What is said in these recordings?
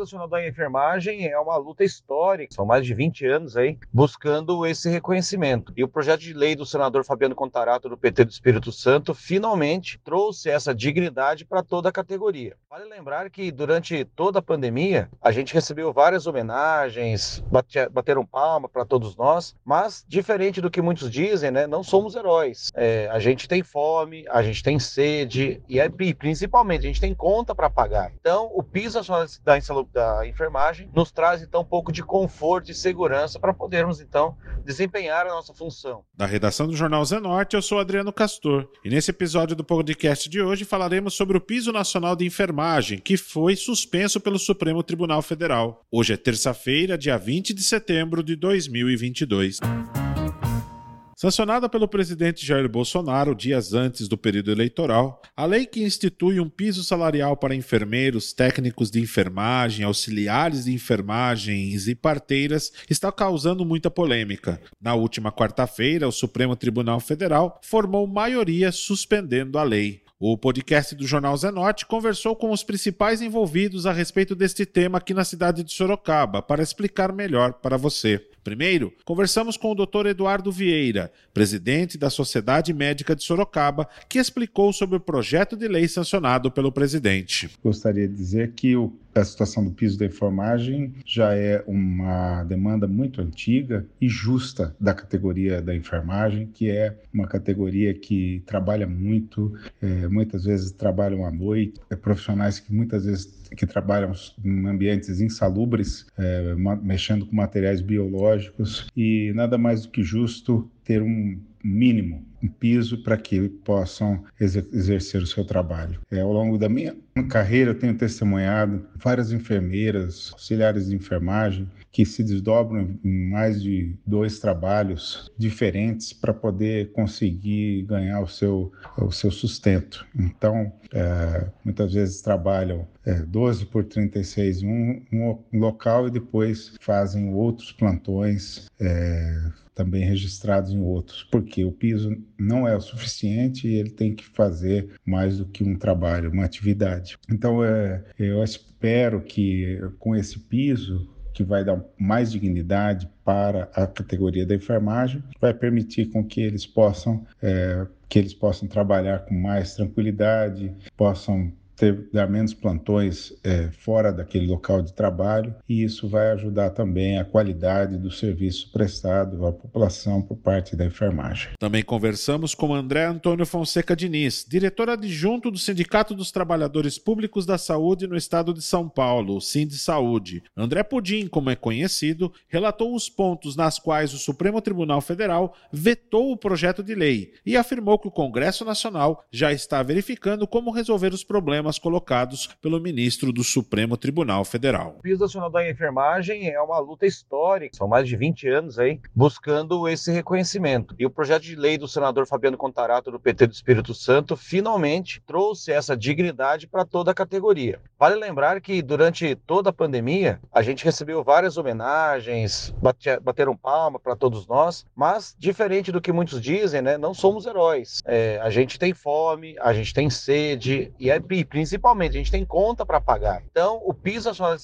Nacional da Enfermagem é uma luta histórica, são mais de 20 anos aí, buscando esse reconhecimento. E o projeto de lei do senador Fabiano Contarato, do PT do Espírito Santo, finalmente trouxe essa dignidade para toda a categoria. Vale lembrar que durante toda a pandemia, a gente recebeu várias homenagens, bateram palma para todos nós, mas, diferente do que muitos dizem, né, não somos heróis. A gente tem fome, a gente tem sede e principalmente a gente tem conta para pagar. Então, o piso nacional da enfermagem nos traz então um pouco de conforto e segurança para podermos então desempenhar a nossa função. Da redação do Jornal Zenorte, eu sou Adriano Castor e nesse episódio do podcast de hoje falaremos sobre o piso nacional de enfermagem que foi suspenso pelo Supremo Tribunal Federal. Hoje é terça-feira, dia 20 de setembro de 2022. Sancionada pelo presidente Jair Bolsonaro dias antes do período eleitoral, a lei que institui um piso salarial para enfermeiros, técnicos de enfermagem, auxiliares de enfermagens e parteiras está causando muita polêmica. Na última quarta-feira, o Supremo Tribunal Federal formou maioria suspendendo a lei. O podcast do Jornal Zenorte conversou com os principais envolvidos a respeito deste tema aqui na cidade de Sorocaba para explicar melhor para você. Primeiro, conversamos com o Dr. Eduardo Vieira, presidente da Sociedade Médica de Sorocaba, que explicou sobre o projeto de lei sancionado pelo presidente. Gostaria de dizer que a situação do piso da enfermagem já é uma demanda muito antiga e justa da categoria da enfermagem, que é uma categoria que trabalha muito, muitas vezes trabalham à noite, profissionais que muitas vezes que trabalham em ambientes insalubres, mexendo com materiais biológicos, e nada mais do que justo ter um mínimo, um piso para que possam exercer o seu trabalho. Ao longo da minha carreira eu tenho testemunhado várias enfermeiras, auxiliares de enfermagem que se desdobram em mais de 2 trabalhos diferentes para poder conseguir ganhar o seu sustento. Então, muitas vezes trabalham 12 por 36 em um local e depois fazem outros plantões também registrados em outros, porque o piso não é o suficiente e ele tem que fazer mais do que um trabalho, uma atividade. Então, eu espero que com esse piso, que vai dar mais dignidade para a categoria da enfermagem, vai permitir com que eles possam trabalhar com mais tranquilidade, possam dar menos plantões fora daquele local de trabalho, e isso vai ajudar também a qualidade do serviço prestado à população por parte da enfermagem. Também conversamos com André Antônio Fonseca Diniz, diretor adjunto do Sindicato dos Trabalhadores Públicos da Saúde no estado de São Paulo, o Sindsaúde. André Pudim, como é conhecido, relatou os pontos nas quais o Supremo Tribunal Federal vetou o projeto de lei e afirmou que o Congresso Nacional já está verificando como resolver os problemas colocados pelo ministro do Supremo Tribunal Federal. O piso nacional da enfermagem é uma luta histórica, são mais de 20 anos aí, buscando esse reconhecimento. E o projeto de lei do senador Fabiano Contarato, do PT do Espírito Santo, finalmente trouxe essa dignidade para toda a categoria. Vale lembrar que durante toda a pandemia, a gente recebeu várias homenagens, bateram palma para todos nós, mas, diferente do que muitos dizem, né, não somos heróis. A gente tem fome, a gente tem sede e principalmente a gente tem conta para pagar. Então, o piso nacional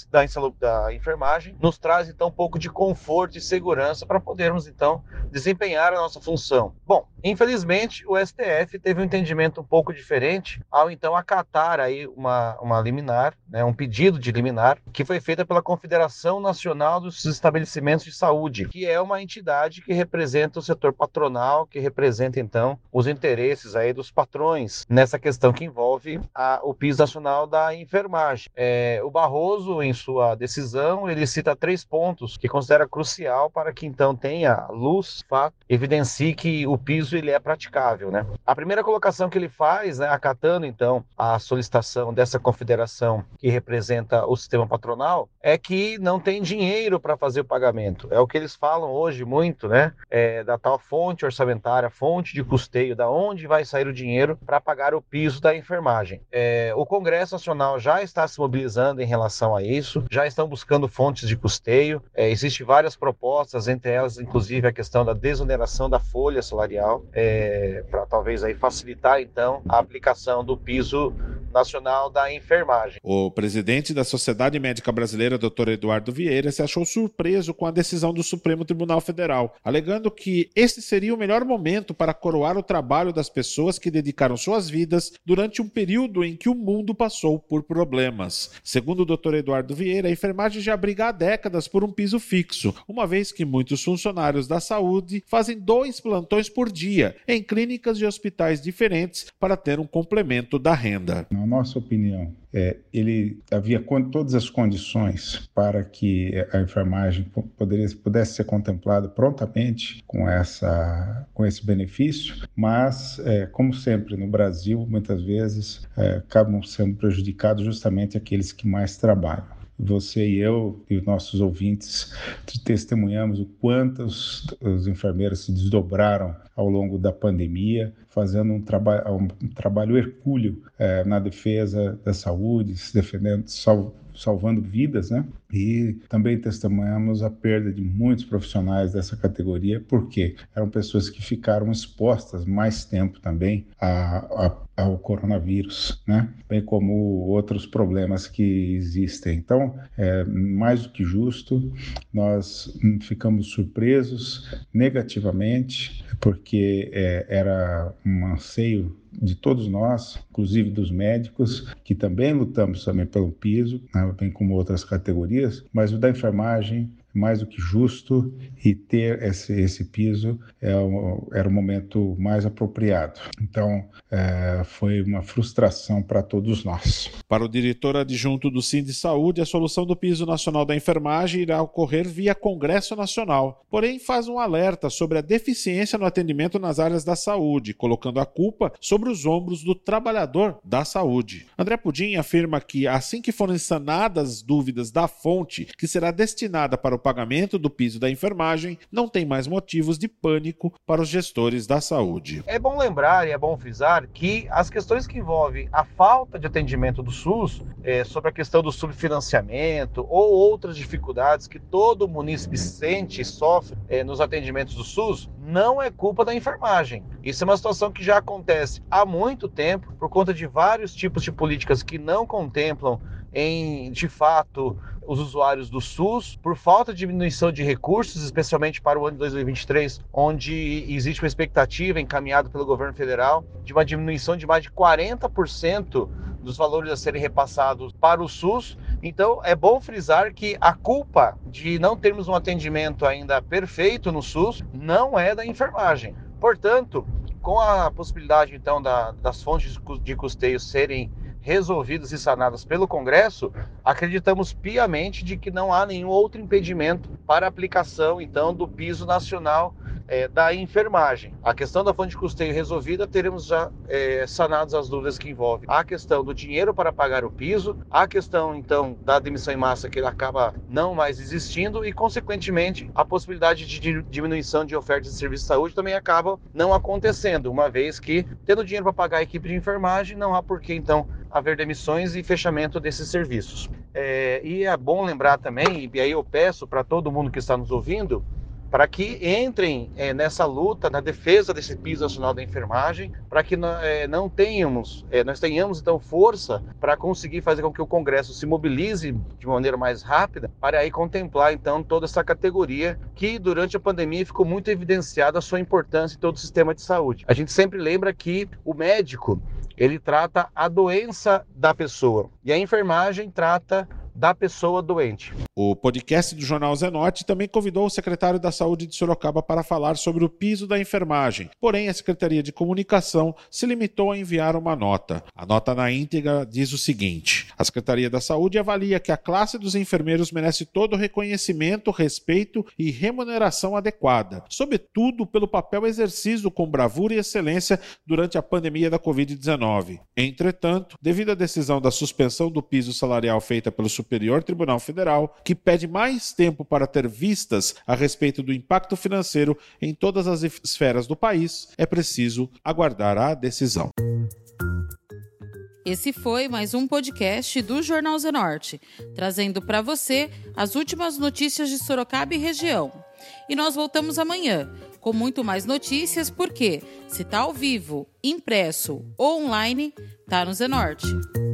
da enfermagem nos traz então um pouco de conforto e segurança para podermos então desempenhar a nossa função. Bom, infelizmente o STF teve um entendimento um pouco diferente ao então acatar aí uma liminar, né, um pedido de liminar que foi feita pela Confederação Nacional dos Estabelecimentos de Saúde, que é uma entidade que representa o setor patronal, que representa então os interesses aí dos patrões nessa questão que envolve o piso nacional da enfermagem. O Barroso, em sua decisão, ele cita 3 pontos que considera crucial para que então tenha luz, fato, evidencie que o piso ele é praticável, né? A primeira colocação que ele faz, né, acatando então a solicitação dessa confederação que representa o sistema patronal, é que não tem dinheiro para fazer o pagamento. É o que eles falam hoje muito, né? Da tal fonte orçamentária, fonte de custeio, da onde vai sair o dinheiro para pagar o piso da enfermagem. O Congresso Nacional já está se mobilizando em relação a isso, já estão buscando fontes de custeio, existem várias propostas, entre elas, inclusive, a questão da desoneração da folha salarial, para talvez aí facilitar, então, a aplicação do piso Nacional da Enfermagem. O presidente da Sociedade Médica Brasileira, Dr. Eduardo Vieira, se achou surpreso com a decisão do Supremo Tribunal Federal, alegando que esse seria o melhor momento para coroar o trabalho das pessoas que dedicaram suas vidas durante um período em que o mundo passou por problemas. Segundo o Dr. Eduardo Vieira, a enfermagem já briga há décadas por um piso fixo, uma vez que muitos funcionários da saúde fazem 2 plantões por dia em clínicas e hospitais diferentes para ter um complemento da renda. Na nossa opinião, ele havia todas as condições para que a enfermagem pudesse ser contemplada prontamente com esse benefício, mas, como sempre no Brasil, muitas vezes acabam sendo prejudicados justamente aqueles que mais trabalham. Você e eu e os nossos ouvintes testemunhamos o quanto os enfermeiros se desdobraram ao longo da pandemia, fazendo um trabalho hercúleo na defesa da saúde, se defendendo, salvando vidas, né? E também testemunhamos a perda de muitos profissionais dessa categoria, porque eram pessoas que ficaram expostas mais tempo também ao coronavírus, né? Bem como outros problemas que existem. Então, mais do que justo, nós ficamos surpresos negativamente, porque era um anseio de todos nós, inclusive dos médicos, que também lutamos também pelo piso, né, bem como outras categorias, mas o da enfermagem mais do que justo, e ter esse piso era o momento mais apropriado. Então, foi uma frustração para todos nós. Para o diretor adjunto do Sindisaúde, a solução do piso nacional da enfermagem irá ocorrer via Congresso Nacional, porém faz um alerta sobre a deficiência no atendimento nas áreas da saúde, colocando a culpa sobre os ombros do trabalhador da saúde. André Pudim afirma que, assim que forem sanadas as dúvidas da fonte que será destinada para o pagamento do piso da enfermagem, não tem mais motivos de pânico para os gestores da saúde. É bom lembrar e é bom frisar que as questões que envolvem a falta de atendimento do SUS, sobre a questão do subfinanciamento ou outras dificuldades que todo munícipe sente e sofre nos atendimentos do SUS, não é culpa da enfermagem. Isso é uma situação que já acontece há muito tempo, por conta de vários tipos de políticas que não contemplam de fato, os usuários do SUS, por falta de diminuição de recursos, especialmente para o ano de 2023, onde existe uma expectativa encaminhada pelo governo federal de uma diminuição de mais de 40% dos valores a serem repassados para o SUS. Então, é bom frisar que a culpa de não termos um atendimento ainda perfeito no SUS não é da enfermagem. Portanto, com a possibilidade, então, das fontes de custeio serem resolvidas e sanadas pelo Congresso, acreditamos piamente de que não há nenhum outro impedimento para a aplicação, então, do piso nacional da enfermagem. A questão da fonte de custeio resolvida, teremos já sanadas as dúvidas que envolvem a questão do dinheiro para pagar o piso, a questão, então, da demissão em massa, que acaba não mais existindo, e, consequentemente, a possibilidade de diminuição de ofertas de serviço de saúde também acaba não acontecendo, uma vez que, tendo dinheiro para pagar a equipe de enfermagem, não há por que, então, haver demissões e fechamento desses serviços. E é bom lembrar também, e aí eu peço para todo mundo que está nos ouvindo, para que entrem nessa luta, na defesa desse piso nacional da enfermagem, para que nós tenhamos então força para conseguir fazer com que o Congresso se mobilize de maneira mais rápida, para aí contemplar então toda essa categoria que durante a pandemia ficou muito evidenciada a sua importância em todo o sistema de saúde. A gente sempre lembra que o médico, ele trata a doença da pessoa e a enfermagem trata da pessoa doente. O podcast do Jornal Zenorte também convidou o secretário da Saúde de Sorocaba para falar sobre o piso da enfermagem. Porém, a Secretaria de Comunicação se limitou a enviar uma nota. A nota na íntegra diz o seguinte: a Secretaria da Saúde avalia que a classe dos enfermeiros merece todo o reconhecimento, respeito e remuneração adequada, sobretudo pelo papel exercido com bravura e excelência durante a pandemia da Covid-19. Entretanto, devido à decisão da suspensão do piso salarial feita pelo Superior Tribunal Federal, que pede mais tempo para ter vistas a respeito do impacto financeiro em todas as esferas do país, é preciso aguardar a decisão. Esse foi mais um podcast do Jornal Zenorte, trazendo para você as últimas notícias de Sorocaba e região. E nós voltamos amanhã com muito mais notícias, porque se tá ao vivo, impresso ou online, tá no Zenorte.